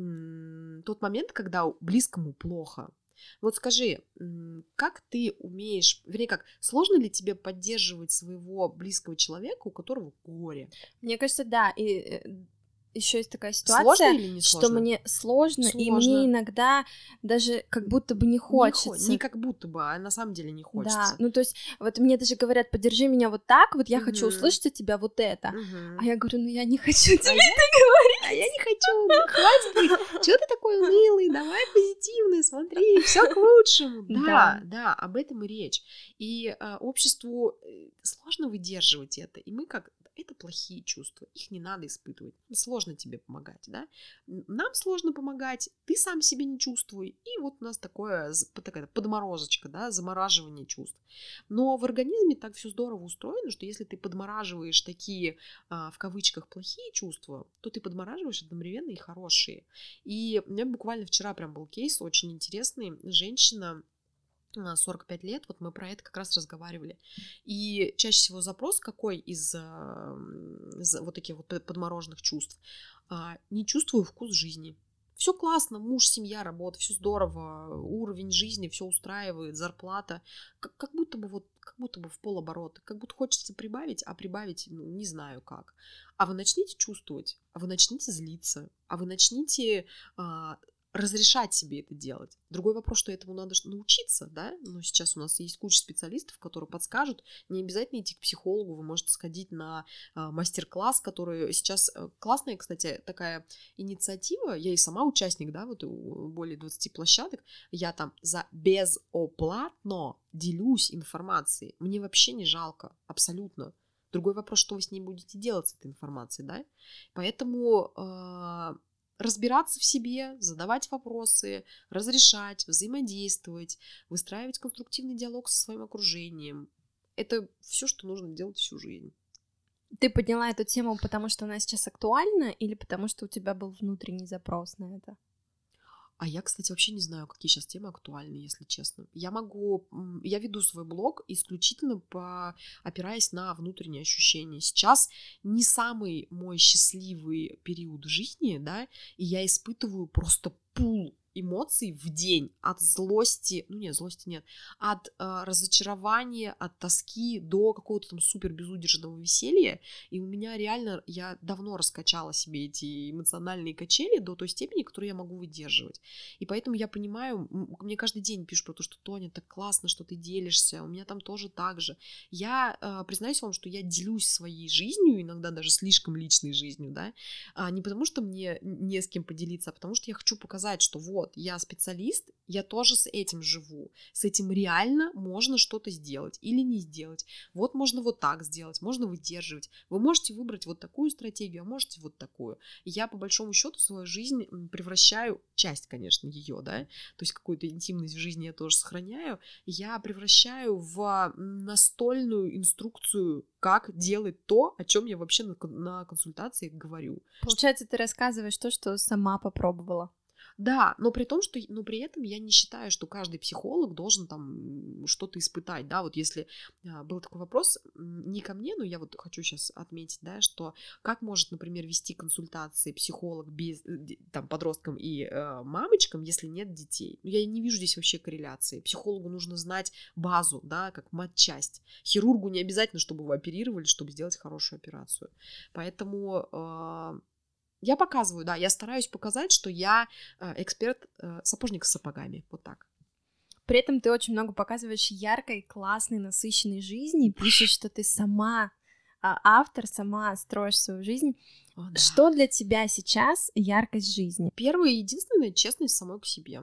м- тот момент, когда близкому плохо. Вот скажи, как ты умеешь, вернее, как, сложно ли тебе поддерживать своего близкого человека, у которого горе? Мне кажется, да, и еще есть такая ситуация, сложно или не что сложно? мне сложно, Сложно. и мне иногда даже как будто бы не хочется. Не, хо- не как будто бы, а на самом деле не хочется. Да, ну то есть вот мне даже говорят, подержи меня вот так, вот я Мгм. хочу услышать от тебя вот это. Мгм. А я говорю, ну я не хочу тебе А я- это говорить. А я не хочу, ну, хватит, что ты такой унылый, давай позитивный, смотри, все к лучшему. Да, Да. да, об этом и речь. И а, обществу э, сложно выдерживать это, и мы как это плохие чувства, их не надо испытывать, сложно тебе помогать, да, нам сложно помогать, ты сам себе не чувствуй, и вот у нас такое, з- такая подморозочка, да, замораживание чувств. Но в организме так все здорово устроено, что если ты подмораживаешь такие, а, в кавычках, плохие чувства, то ты подмораживаешь одновременно и хорошие. И у меня буквально вчера прям был кейс очень интересный. Женщина, а, сорок пять лет, вот мы про это как раз разговаривали. И чаще всего запрос какой из, а, м, из вот таких вот подмороженных чувств? А, Не чувствую вкус жизни. Все классно, муж, семья, работа, все здорово, уровень жизни, все устраивает, зарплата. Как, как будто бы вот, как будто бы в полоборота, как будто хочется прибавить, а прибавить, ну, не знаю как. А вы начните чувствовать, а вы начните злиться, а вы начните а, разрешать себе это делать. Другой вопрос, что этому надо научиться, да, но сейчас у нас есть куча специалистов, которые подскажут, не обязательно идти к психологу, вы можете сходить на а, мастер-класс, который сейчас э, классная, кстати, такая инициатива, я и сама участник, да, вот у более двадцати площадок, я там за безоплатно делюсь информацией, мне вообще не жалко, абсолютно. Другой вопрос, что вы с ней будете делать, с этой информацией, да, поэтому э, разбираться в себе, задавать вопросы, разрешать, взаимодействовать, выстраивать конструктивный диалог со своим окружением. Это все, что нужно делать всю жизнь. Ты подняла эту тему, потому что она сейчас актуальна, или потому что у тебя был внутренний запрос на это? А я, кстати, вообще не знаю, какие сейчас темы актуальны, если честно. Я могу... Я веду свой блог исключительно по, опираясь на внутренние ощущения. Сейчас не самый мой счастливый период жизни, да, и я испытываю просто пул эмоций в день от злости, ну нет, злости нет, от э, разочарования, от тоски до какого-то там супер безудержного веселья, и у меня реально, я давно раскачала себе эти эмоциональные качели до той степени, которую я могу выдерживать, и поэтому я понимаю, мне каждый день пишут про то, что Тоня, так классно, что ты делишься, у меня там тоже так же, я э, признаюсь вам, что я делюсь своей жизнью, иногда даже слишком личной жизнью, да, а не потому что мне не с кем поделиться, а потому что я хочу показать, что вот, я специалист, я тоже с этим живу, с этим реально можно что-то сделать или не сделать, вот можно вот так сделать, можно выдерживать, вы можете выбрать вот такую стратегию, а можете вот такую. И я по большому счету свою жизнь превращаю, часть, конечно, ее, да, то есть какую-то интимность в жизни я тоже сохраняю, я превращаю в настольную инструкцию, как делать то, о чем я вообще на, на консультации говорю. Получается, ты рассказываешь то, что сама попробовала. Да, но при том, что, но при этом я не считаю, что каждый психолог должен там что-то испытать, да, вот если а, был такой вопрос не ко мне, но я вот хочу сейчас отметить, да, что как может, например, вести консультации психолог без, там, подросткам и э, мамочкам, если нет детей, я не вижу здесь вообще корреляции, психологу нужно знать базу, да, как матчасть, хирургу не обязательно, чтобы его оперировали, чтобы сделать хорошую операцию, поэтому... Э, Я показываю, да, я стараюсь показать, что я э, эксперт, э, сапожник с сапогами, вот так. При этом ты очень много показываешь яркой, классной, насыщенной жизни, пишешь, что ты сама а, автор, сама строишь свою жизнь. О, да. Что для тебя сейчас яркость жизни? Первое и единственное — честность самой к себе.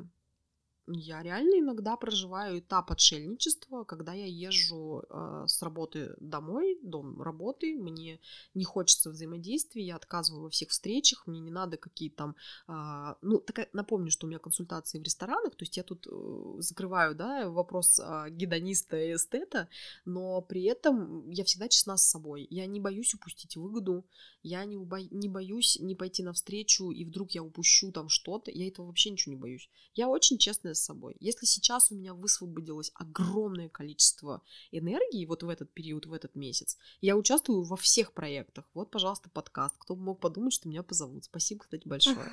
Я реально иногда проживаю этап отшельничества, когда я езжу э, с работы домой, дом работы, мне не хочется взаимодействия, я отказываю во всех встречах, мне не надо какие-то там... Э, ну, так, напомню, что у меня консультации в ресторанах, то есть я тут э, закрываю, да, вопрос э, гедониста и эстета, но при этом я всегда честна с собой. Я не боюсь упустить выгоду, я не, убо... не боюсь не пойти навстречу, и вдруг я упущу там что-то, я этого вообще ничего не боюсь. Я очень честная с собой. Если сейчас у меня высвободилось огромное количество энергии вот в этот период, в этот месяц, я участвую во всех проектах. Вот, пожалуйста, подкаст. Кто бы мог подумать, что меня позовут. Спасибо, кстати, большое.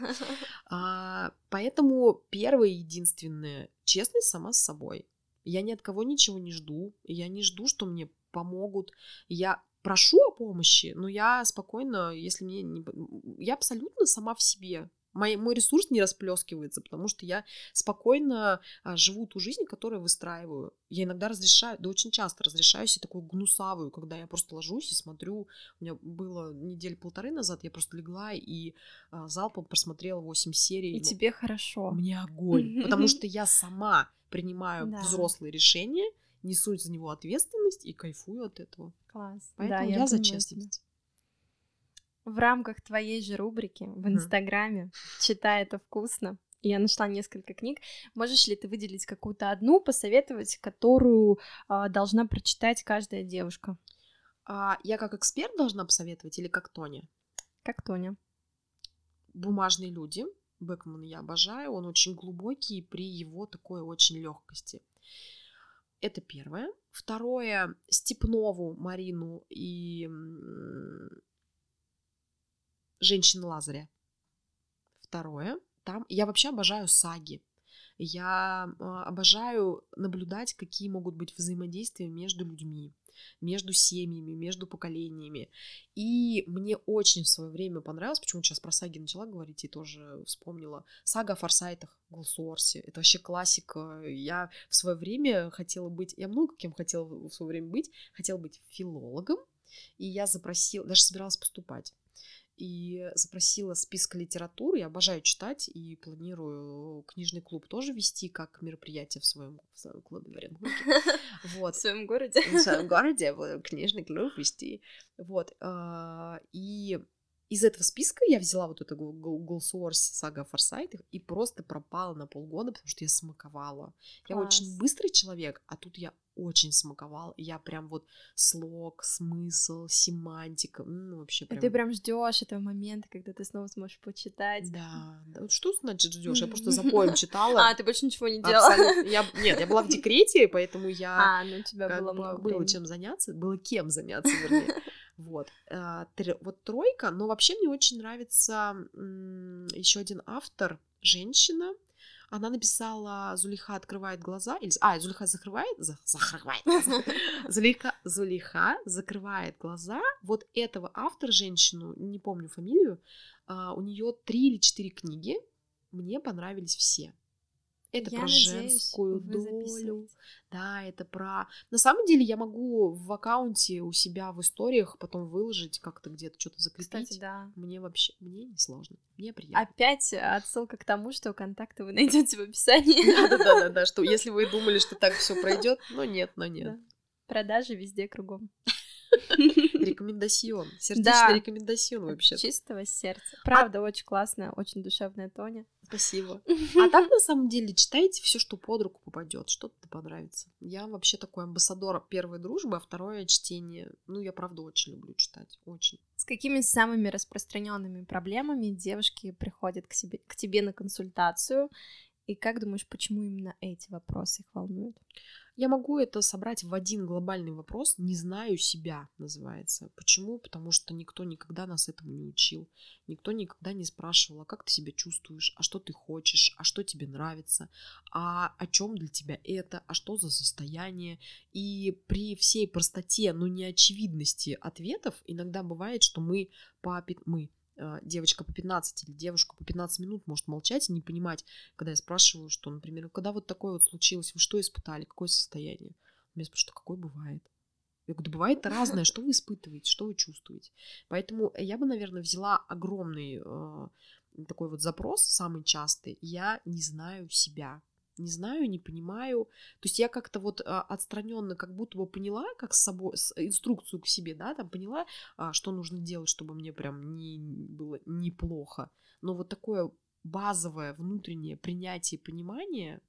А, поэтому первое и единственное — честность сама с собой. Я ни от кого ничего не жду. Я не жду, что мне помогут. Я прошу о помощи, но я спокойно, если мне не... Я абсолютно сама в себе. Мой, мой ресурс не расплескивается, потому что я спокойно а, живу ту жизнь, которую выстраиваю. Я иногда разрешаю, да очень часто разрешаю себе такую гнусавую, когда я просто ложусь и смотрю. У меня было недели полторы назад, я просто легла и а, залпом просмотрела восемь серий. И ну, тебе хорошо. Мне огонь, потому что я сама принимаю Да. взрослые решения, несу за него ответственность и кайфую от этого. Класс. Поэтому Да, я, я за понимаю тебя. честность. В рамках твоей же рубрики в Мгм. Инстаграме «Читай, это вкусно» я нашла несколько книг. Можешь ли ты выделить какую-то одну, посоветовать, которую а, должна прочитать каждая девушка? А я как эксперт должна посоветовать или как Тоня? Как Тоня. «Бумажные люди». Бекмана я обожаю. Он очень глубокий при его такой очень легкости. Это первое. Второе. Степнову Марину и м, «Женщины Лазаря». Второе. Там я вообще обожаю саги. Я а, обожаю наблюдать, какие могут быть взаимодействия между людьми, между семьями, между поколениями. И мне очень в свое время понравилось, почему сейчас про саги начала говорить и тоже вспомнила, сага о Форсайтах, Голсуорсе. Это вообще классика. Я в свое время хотела быть, я много кем хотела в свое время быть, хотела быть филологом, и я запросила, даже собиралась поступать. И запросила список литературы. Я обожаю читать и планирую книжный клуб тоже вести как мероприятие в своем, в своем клубе в Оренбурге. Вот. В своем городе. В своем городе я буду книжный клуб вести. Вот. И из этого списка я взяла вот эту Голсуорс, сага о Форсайтах, и просто пропала на полгода, потому что я смаковала. Я Класс. очень быстрый человек, а тут я очень смаковала. Я прям вот слог, смысл, семантика, ну, вообще прям... И ты прям ждешь этого момента, когда ты снова сможешь почитать. Да, да. Вот что значит ждешь? Я просто за поем читала. А, ты больше ничего не делала? Абсолютно. Я... Нет, я была в декрете, поэтому я... А, ну у тебя как было бы много было времени. чем заняться, было кем заняться, вернее. Вот. А, тр... вот тройка, но вообще мне очень нравится м- еще один автор, женщина. Она написала «Зулейха открывает глаза». Или... А, Зулейха закрывает... За... Закрывает. Зулейха... Зулейха закрывает глаза. Вот этого автора, женщину, не помню фамилию, а, у нее три или четыре книги. Мне понравились все. Это Я про надеюсь, женскую вы долю. записываете. Да, это про... На самом деле я могу в аккаунте у себя в историях потом выложить, как-то где-то что-то закрепить. Кстати, да. Мне вообще... Мне не сложно. Мне приятно. Опять отсылка к тому, что контакты вы найдете в описании. Да-да-да, что если вы думали, что так все пройдет, но нет, но нет. Да. Продажи везде кругом. Рекомендацион. Сердечный Да. рекомендацион вообще. Чистого сердца. Правда, очень классная, очень душевная Тоня. Спасибо. А так, на самом деле, читайте все, что под руку попадет, что-то понравится. Я вообще такой амбассадор первой дружбы, а второе чтение. Ну, я правда очень люблю читать. Очень. С какими самыми распространенными проблемами девушки приходят к, себе, к тебе на консультацию? И как думаешь, почему именно эти вопросы их волнуют? Я могу это собрать в один глобальный вопрос. «Не знаю себя» называется. Почему? Потому что никто никогда нас этому не учил. Никто никогда не спрашивал, а как ты себя чувствуешь, а что ты хочешь, а что тебе нравится, а о чем для тебя это, а что за состояние. И при всей простоте, но неочевидности ответов иногда бывает, что мы по мы девочка по пятнадцать или девушка по пятнадцать минут может молчать и не понимать, когда я спрашиваю, что, например, когда вот такое вот случилось, вы что испытали, какое состояние? Меня спрашивают, какое бывает? Я говорю, да бывает разное, что вы испытываете, что вы чувствуете. Поэтому я бы, наверное, взяла огромный э, такой вот запрос, самый частый, я не знаю себя. Не знаю, не понимаю. То есть я как-то вот а, отстраненно как будто бы поняла, как с собой, с, инструкцию к себе, да, там поняла, а, что нужно делать, чтобы мне прям не было неплохо. Но вот такое базовое внутреннее принятие и понимание,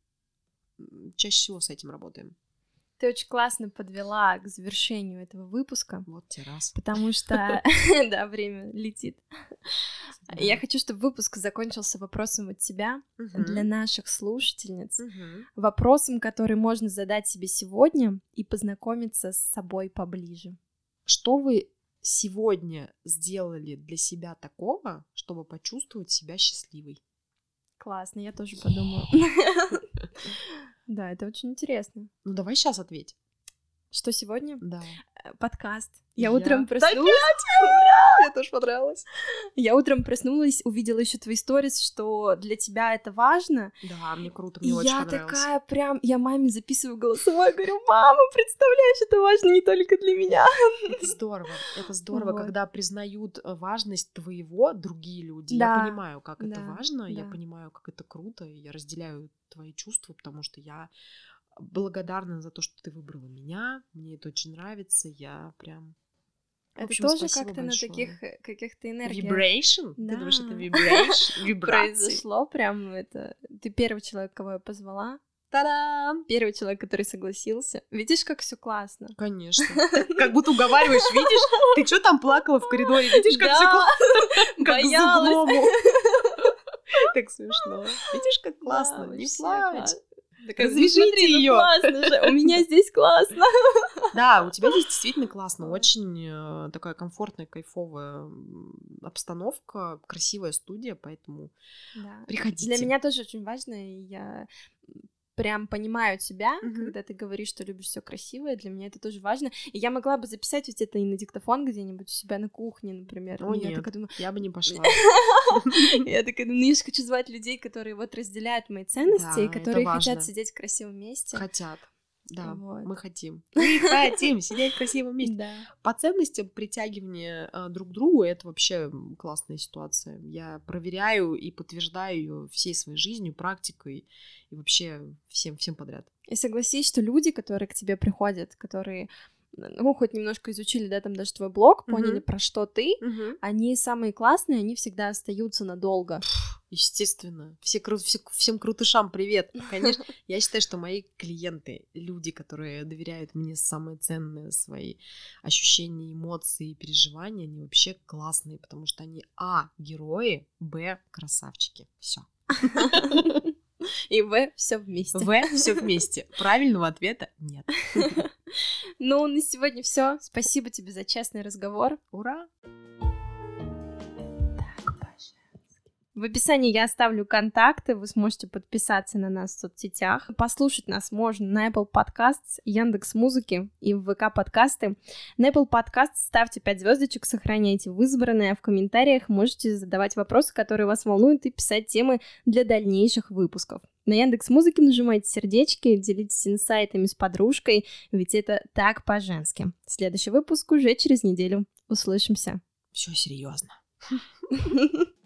чаще всего с этим работаем. Ты очень классно подвела к завершению этого выпуска. Вот те раз. Потому что, да, время летит. Да. Я хочу, чтобы выпуск закончился вопросом от тебя угу. для наших слушательниц. Угу. Вопросом, который можно задать себе сегодня и познакомиться с собой поближе. Что вы сегодня сделали для себя такого, чтобы почувствовать себя счастливой? Классно, я тоже подумаю. Да, это очень интересно. Ну, давай сейчас ответь. Что сегодня? Да. Подкаст. Я, Я... утром проснулась. Ура! Мне тоже понравилось. Я утром проснулась, увидела еще твои сторис, что для тебя это важно. Да, мне круто, мне и очень я понравилось. такая прям, я маме записываю голосовое, говорю, мама, представляешь, это важно не только для меня. Это здорово, это здорово, Вот. когда признают важность твоего другие люди. Да. Я понимаю, как Да, это важно, я да. понимаю, как это круто, и я разделяю твои чувства, потому что я благодарна за то, что ты выбрала меня, мне это очень нравится, я прям... В Это общем, тоже спасибо как-то на большое. таких э, каких-то энергиях Vibration? Да. Ты думаешь, это vibration? Вибрации? произошло прям это. Ты первый человек, кого я позвала. Та-дам! Первый человек, который согласился. Видишь, как все классно. Конечно. Как будто уговариваешь, видишь? Ты что там плакала в коридоре? Видишь, как Да. все классно? Как Боялась. зубному. Так смешно. Видишь, как классно? Да, Не вообще плачь. классно. Такая, Развяжите «Смотри, ну её». классно же, у меня здесь классно. Да, у тебя здесь действительно классно. Очень э, такая комфортная, кайфовая м, обстановка, красивая студия, поэтому Да. приходите. Для меня тоже очень важно, и я прям понимаю тебя, Мгм. когда ты говоришь, что любишь все красивое, для меня это тоже важно. И я могла бы записать ведь это и на диктофон где-нибудь у себя на кухне, например. О, Но я нет. такая думаю, Я бы не пошла. я такая думаю, ну я же хочу звать людей, которые вот разделяют мои ценности, Да, и это которые важно. хотят сидеть в красивом месте. Хотят. Да, Вот. мы хотим. Мы хотим сидеть в красивом месте. Да. По ценностям притягивания э, друг к другу это вообще м, классная ситуация. Я проверяю и подтверждаю ее всей своей жизнью, практикой и вообще всем, всем подряд. И согласись, что люди, которые к тебе приходят, которые, ну, хоть немножко изучили, да, там даже твой блог, Мгм. поняли, про что ты, они самые классные, они всегда остаются надолго. Естественно. Все кру- все- всем крутышам привет. Конечно, я считаю, что мои клиенты, люди, которые доверяют мне самое ценное, свои ощущения, эмоции, переживания, они вообще классные, потому что они а. герои, б. красавчики. Все. И вы все вместе. В. Все вместе. Правильного ответа нет. Ну, на сегодня все. Спасибо тебе за честный разговор. Ура! В описании я оставлю контакты, вы сможете подписаться на нас в соцсетях. Послушать нас можно на Apple Podcasts, Яндекс.Музыки и в ВК подкасты. На Apple Podcasts ставьте пять звездочек, сохраняйте в избранное, а в комментариях можете задавать вопросы, которые вас волнуют, и писать темы для дальнейших выпусков. На Яндекс.Музыке нажимайте сердечки, делитесь инсайтами с подружкой, ведь это так по-женски. Следующий выпуск уже через неделю. Услышимся. Все серьезно.